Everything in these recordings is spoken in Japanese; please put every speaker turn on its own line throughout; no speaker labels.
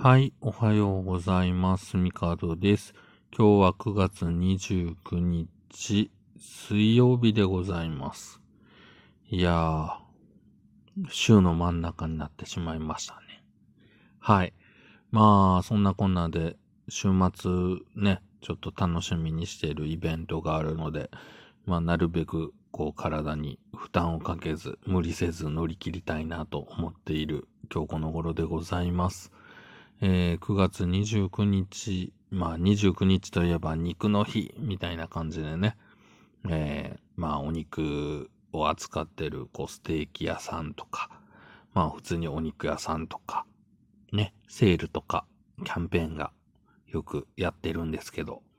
はい、おはようございます。ミカドです。今日は9月29日、水曜日でございます。いやー、週の真ん中になってしまいましたね。はい。まあ、そんなこんなで、週末ね、ちょっと楽しみにしているイベントがあるので、まあ、なるべく、体に負担をかけず、無理せず乗り切りたいなと思っている今日この頃でございます。9月29日、まあ29日といえば肉の日みたいな感じでね、まあお肉を扱ってるステーキ屋さんとか、まあ普通にお肉屋さんとか、ね、セールとかキャンペーンがよくやってるんですけど、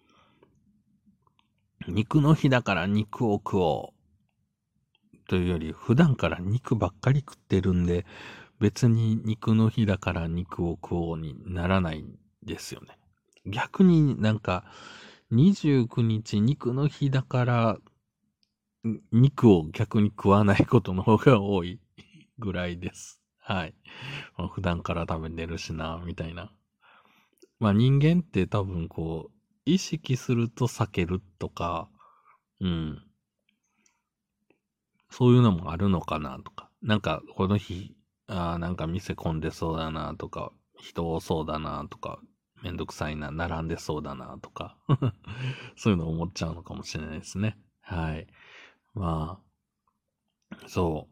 肉の日だから肉を食おうというより普段から肉ばっかり食ってるんで、別に肉の日だから肉を食おうにならないんですよね。逆になんか、29日肉の日だから、肉を逆に食わないことの方が多いぐらいです。はい。普段から食べてるしな、みたいな。まあ人間って多分意識すると避けるとか、うん。そういうのもあるのかなとか。なんかこの日、なんか店混んでそうだなとか、人多そうだなとか、めんどくさいな、並んでそうだなとか、そういうの思っちゃうのかもしれないですね。はい。まあ、そう。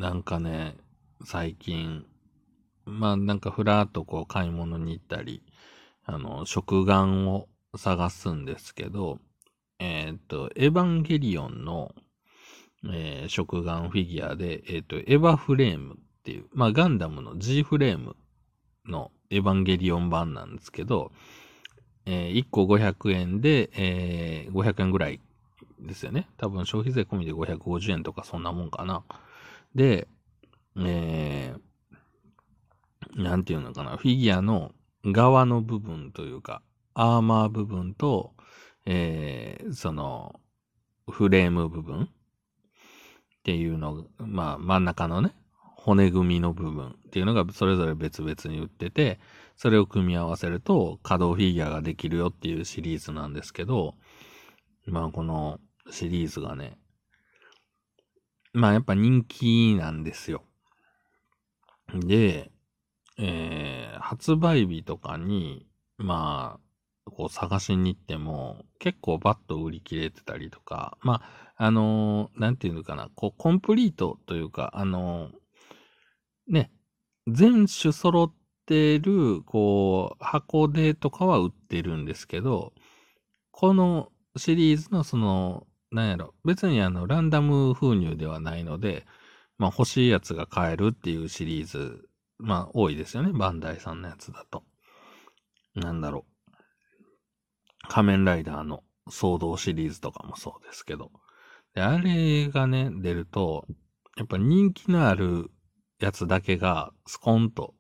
なんかね、最近、まあなんかふらっと買い物に行ったり、食玩を探すんですけど、エヴァンゲリオンの、食玩フィギュアで、エヴァフレームっていう、まあガンダムの G フレームのエヴァンゲリオン版なんですけど、1個500円で、500円ぐらいですよね。多分消費税込みで550円とかそんなもんかな。で、えなんていうのかな、フィギュアの側の部分というか、アーマー部分と、その、フレーム部分っていうの、まあ真ん中のね、骨組みの部分っていうのがそれぞれ別々に売ってて、それを組み合わせると可動フィギュアができるよっていうシリーズなんですけど、まあこのシリーズがね、まあやっぱ人気なんですよ。で、発売日とかに、まあ、探しに行っても、結構バッと売り切れてたりとか、まあ、なんていうのかな、コンプリートというか、ね、全種揃ってる、箱でとかは売ってるんですけど、このシリーズのなんやろ、別にランダム封入ではないので、まあ欲しいやつが買えるっていうシリーズ、まあ多いですよね、バンダイさんのやつだと。なんだろう、仮面ライダーの騒動シリーズとかもそうですけど。で、あれがね、出ると、やっぱ人気のあるやつだけがスコンと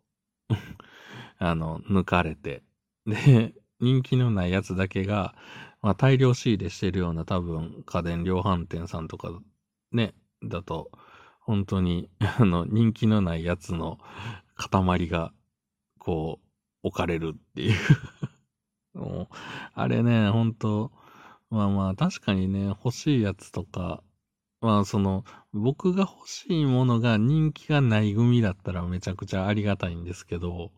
抜かれて、で、人気のないやつだけが、まあ、大量仕入れしてるような多分家電量販店さんとか、ね、だと、本当に、人気のないやつの塊が、置かれるっていうもうあれね、本当まあまあ、確かにね、欲しいやつとか、まあ僕が欲しいものが人気がない組だったらめちゃくちゃありがたいんですけど、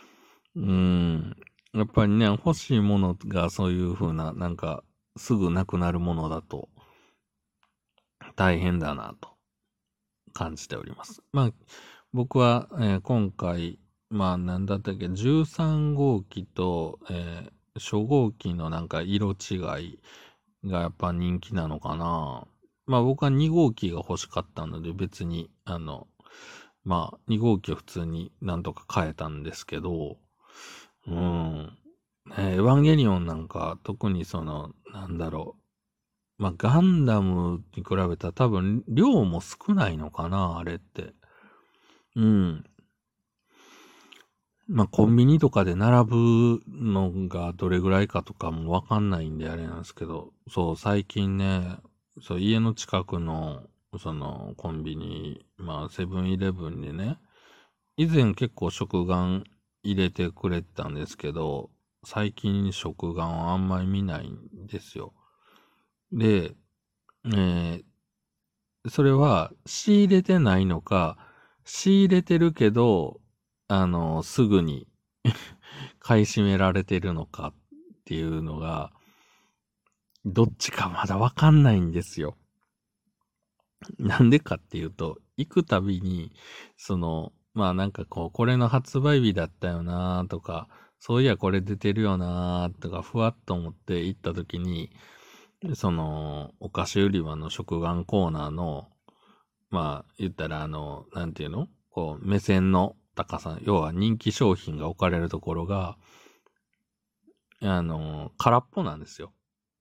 やっぱりね、欲しいものがそういう風な、なんか、すぐなくなるものだと、大変だなと感じております。まあ、僕は、今回、まあ、なんだったっけ、13号機と、初号機のなんか色違いがやっぱ人気なのかな。まあ僕は2号機が欲しかったので別に、まあ2号機を普通になんとか買えたんですけど、うん。エヴァンゲリオンなんか特になんだろう。まあガンダムに比べたら多分量も少ないのかな、あれって。うん。まあコンビニとかで並ぶのがどれぐらいかとかもわかんないんであれなんですけど、そう、最近ね、そう、家の近くの、コンビニ、まあ、セブンイレブンでね、以前結構食玩入れてくれてたんですけど、最近食玩はあんまり見ないんですよ。で、それは仕入れてないのか、仕入れてるけど、すぐに買い占められてるのかっていうのが、どっちかまだわかんないんですよ。なんでかっていうと、行くたびに、まあなんかこう、これの発売日だったよなとか、そういやこれ出てるよなとか、ふわっと思って行った時に、お菓子売り場の食玩コーナーの、まあ、言ったらなんていうのこう、目線の高さ、要は人気商品が置かれるところが、空っぽなんですよ。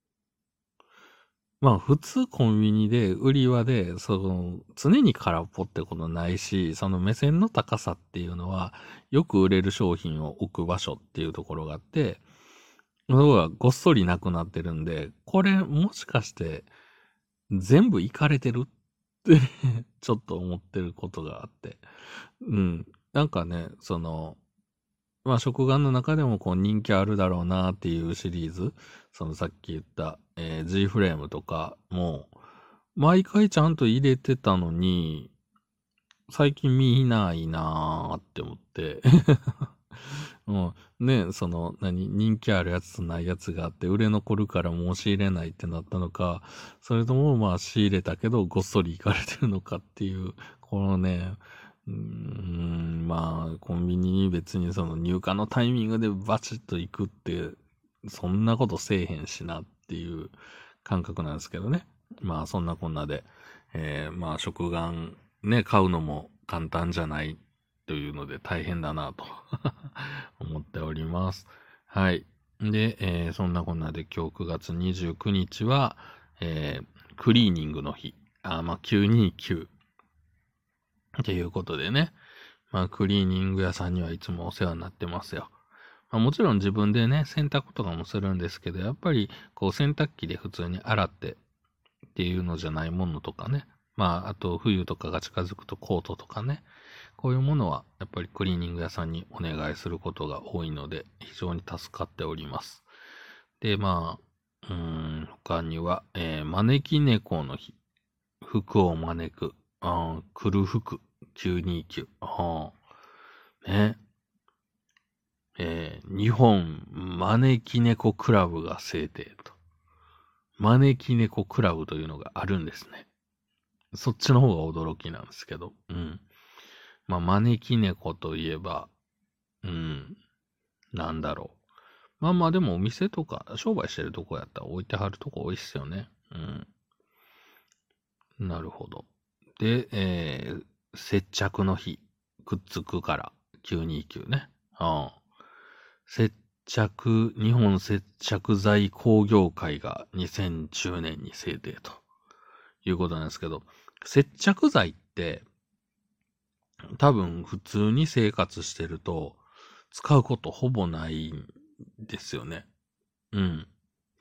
まあ普通コンビニで売り場で、常に空っぽってことないし、その目線の高さっていうのは、よく売れる商品を置く場所っていうところがあって、そこがごっそりなくなってるんで、これもしかして全部行かれてるってちょっと思ってることがあって。うん。なんかね、まあ、食玩の中でもこう人気あるだろうなっていうシリーズ、さっき言った、G フレームとかも、毎回ちゃんと入れてたのに、最近見ないなーって思って。もうね、人気あるやつとないやつがあって、売れ残るからもう仕入れないってなったのか、それともまあ仕入れたけどごっそり行かれてるのかっていう、このね、まあ、コンビニに別に入荷のタイミングでバチッと行くって、そんなことせえへんしなっていう感覚なんですけどね。まあ、そんなこんなで、まあ、食玩ね、買うのも簡単じゃないというので大変だなと思っております。はい。で、そんなこんなで今日9月29日は、クリーニングの日。まあ、929。っていうことでね。まあ、クリーニング屋さんにはいつもお世話になってますよ。まあ、もちろん自分でね、洗濯とかもするんですけど、やっぱり、こう、洗濯機で普通に洗ってっていうのじゃないものとかね。まあ、あと、冬とかが近づくとコートとかね。こういうものは、やっぱりクリーニング屋さんにお願いすることが多いので、非常に助かっております。で、まあ、他には、招き猫の日。服を招く。来る服。929。ね。日本招き猫クラブが制定と。招き猫クラブというのがあるんですね。そっちの方が驚きなんですけど。うん。まあ、招き猫といえば、うん。なんだろう。まあまあでもお店とか商売してるとこやったら置いてはるとこ多いっすよね。うん。なるほど。で、接着の日。くっつくから929ね。接着、日本接着剤工業会が2010年に制定ということなんですけど、接着剤って多分普通に生活してると使うことほぼないんですよね。うん。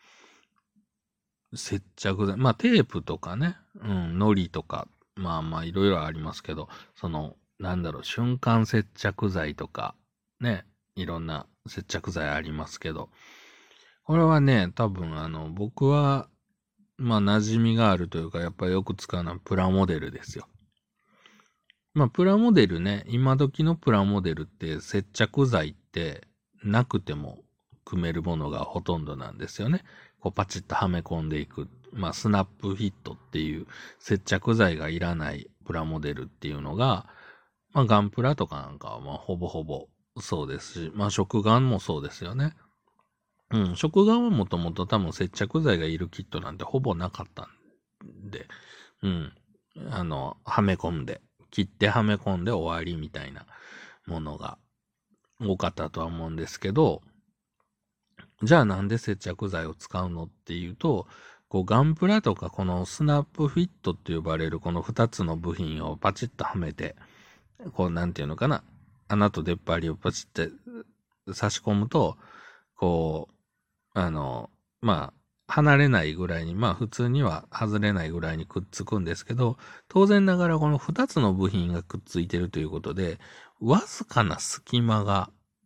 接着剤。まあテープとかね、糊とか、まあまあいろいろありますけど、瞬間接着剤とか、ね、いろんな接着剤ありますけど、これはね、多分僕は、まあ馴染みがあるというか、やっぱりよく使うのはプラモデルですよ。まあプラモデルね、今時のプラモデルって接着剤ってなくても組めるものがほとんどなんですよね。こうパチッとはめ込んでいく。まあスナップフィットっていう接着剤がいらないプラモデルっていうのが、まあガンプラとかなんかはまあほぼほぼそうですし、まあ食玩もそうですよね。うん、食玩はもともと多分接着剤がいるキットなんてほぼなかったんで、うん。はめ込んで、切ってはめ込んで終わりみたいなものが多かったとは思うんですけど、じゃあなんで接着剤を使うのっていうと、こうガンプラとかこのスナップフィットって呼ばれるこの2つの部品をパチッとはめて、こうなんていうのかな、穴と出っ張りをパチッて差し込むと、こう、まあ、離れないぐらいに、まあ普通には外れないぐらいにくっつくんですけど、当然ながらこの2つの部品がくっついてるということで、わずかな隙間が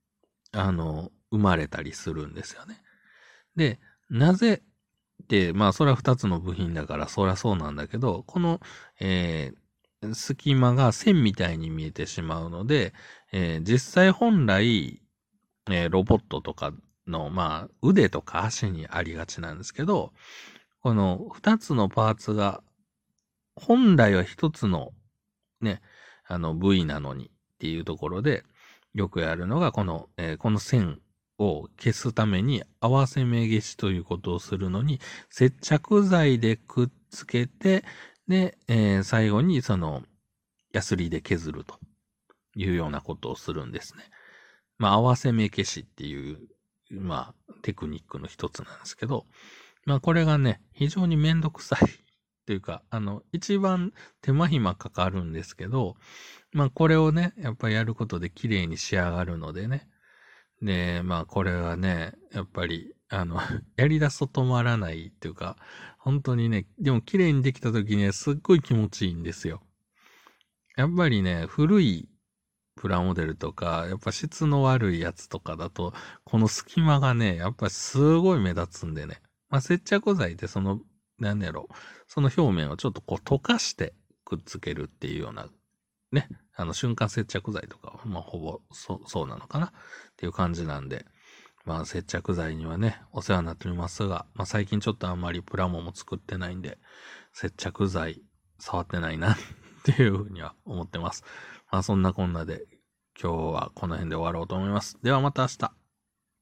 生まれたりするんですよね。で、なぜって、まあ、それは2つの部品だから、そりゃそうなんだけど、この、隙間が線みたいに見えてしまうので、実際本来、ロボットとかの、まあ、腕とか足にありがちなんですけど、この2つのパーツが、本来は1つの、ね、部位なのにっていうところで、よくやるのが、この線を消すために合わせ目消しということをするのに、接着剤でくっつけて、で、最後にヤスリで削るというようなことをするんですね。まあ、合わせ目消しっていう、まあ、テクニックの一つなんですけど、まあ、これがね、非常にめんどくさいというか、一番手間暇かかるんですけど、まあ、これをね、やっぱりやることで綺麗に仕上がるのでね。で、まあ、これはね、やっぱり、やり出すと止まらないっていうか、本当にね、でも綺麗にできた時ね、すっごい気持ちいいんですよ。やっぱりね、古いプラモデルとか、やっぱ質の悪いやつとかだと、この隙間がね、やっぱりすごい目立つんでね。まあ、接着剤ってなんだろう、その表面をちょっとこう溶かしてくっつけるっていうような、ね、瞬間接着剤とかは、まあ、ほぼそうなのかなっていう感じなんで、まあ、接着剤にはね、お世話になっておりますが、まあ、最近ちょっとあんまりプラモも作ってないんで、接着剤触ってないなっていうふうには思ってます。まあそんなこんなで今日はこの辺で終わろうと思います。ではまた明日。